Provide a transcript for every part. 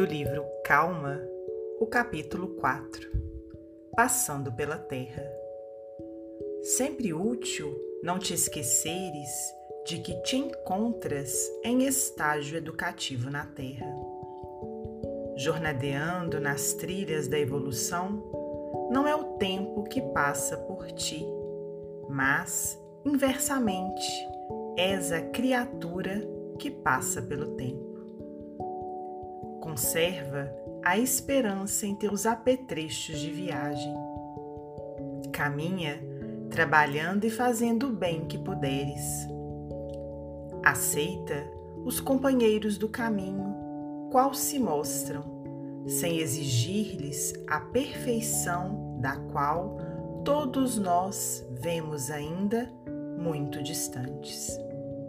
livro Calma, o capítulo 4, Passando pela Terra. Sempre útil não te esqueceres de que te encontras em estágio educativo na Terra. Jornadeando nas trilhas da evolução, não é o tempo que passa por ti, mas, inversamente, és a criatura que passa pelo tempo. Conserva a esperança em teus apetrechos de viagem. Caminha, trabalhando e fazendo o bem que puderes. Aceita os companheiros do caminho, qual se mostram, sem exigir-lhes a perfeição da qual todos nós vemos ainda muito distantes.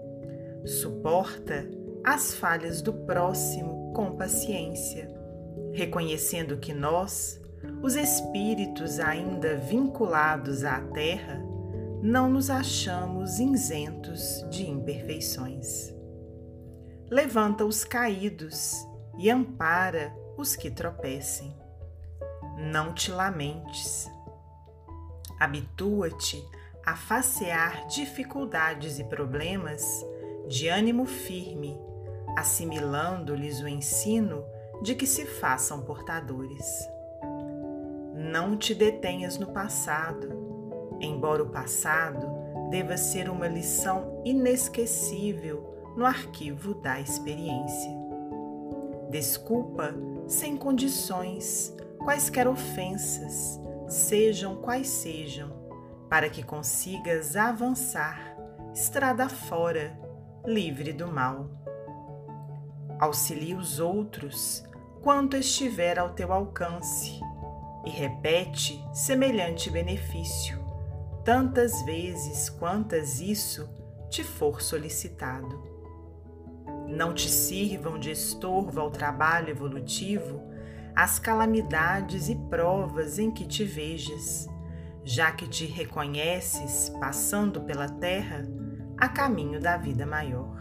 Suporta as falhas do próximo com paciência, reconhecendo que nós, os espíritos ainda vinculados à Terra, não nos achamos isentos de imperfeições. Levanta os caídos e ampara os que tropecem. Não te lamentes. Habitua-te a facear dificuldades e problemas de ânimo firme, assimilando-lhes o ensino de que se façam portadores. Não te detenhas no passado, embora o passado deva ser uma lição inesquecível no arquivo da experiência. Desculpa sem condições quaisquer ofensas, sejam quais sejam, para que consigas avançar, estrada fora, livre do mal. Auxilie os outros quanto estiver ao teu alcance e repete semelhante benefício, tantas vezes quantas isso te for solicitado. Não te sirvam de estorvo ao trabalho evolutivo as calamidades e provas em que te vejas, já que te reconheces passando pela terra a caminho da vida maior.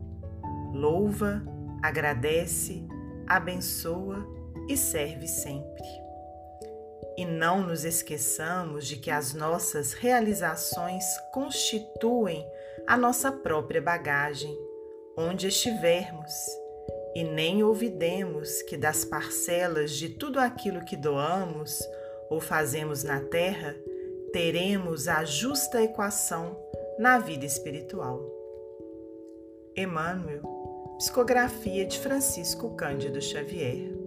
Louva, agradece, abençoa e serve sempre. E não nos esqueçamos de que as nossas realizações constituem a nossa própria bagagem, onde estivermos, e nem olvidemos que das parcelas de tudo aquilo que doamos ou fazemos na Terra, teremos a justa equação na vida espiritual. Emmanuel, psicografia de Francisco Cândido Xavier.